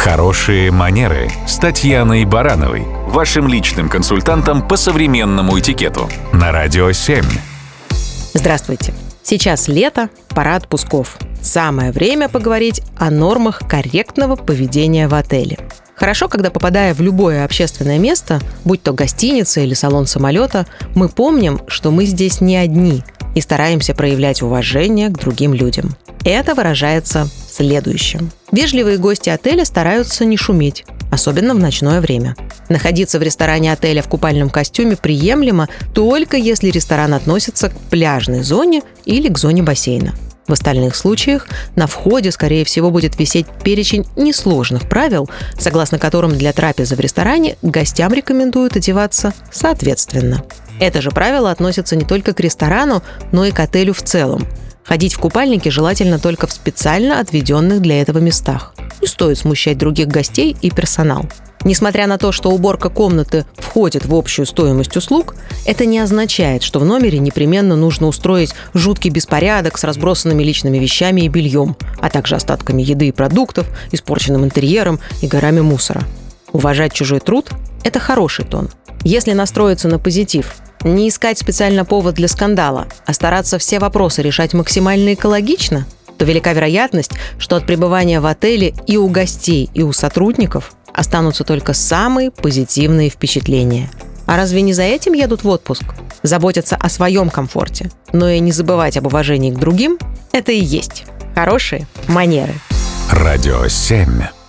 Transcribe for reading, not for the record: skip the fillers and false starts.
Хорошие манеры с Татьяной Барановой, вашим личным консультантом по современному этикету на Радио 7. Здравствуйте. Сейчас лето, пора отпусков. Самое время поговорить о нормах корректного поведения в отеле. Хорошо, когда, попадая в любое общественное место, будь то гостиница или салон самолета, мы помним, что мы здесь не одни и стараемся проявлять уважение к другим людям. Это выражается в следующем. Вежливые гости отеля стараются не шуметь, особенно в ночное время. Находиться в ресторане отеля в купальном костюме приемлемо только если ресторан относится к пляжной зоне или к зоне бассейна. В остальных случаях на входе, скорее всего, будет висеть перечень несложных правил, согласно которым для трапезы в ресторане гостям рекомендуют одеваться соответственно. Это же правило относится не только к ресторану, но и к отелю в целом. Ходить в купальнике желательно только в специально отведенных для этого местах. Не стоит смущать других гостей и персонал. Несмотря на то, что уборка комнаты входит в общую стоимость услуг, это не означает, что в номере непременно нужно устроить жуткий беспорядок с разбросанными личными вещами и бельем, а также остатками еды и продуктов, испорченным интерьером и горами мусора. Уважать чужой труд – это хороший тон. Если настроиться на позитив, не искать специально повод для скандала, а стараться все вопросы решать максимально экологично, то велика вероятность, что от пребывания в отеле и у гостей, и у сотрудников останутся только самые позитивные впечатления. А разве не за этим едут в отпуск? Заботиться о своем комфорте, но и не забывать об уважении к другим – это и есть хорошие манеры. Радио 7.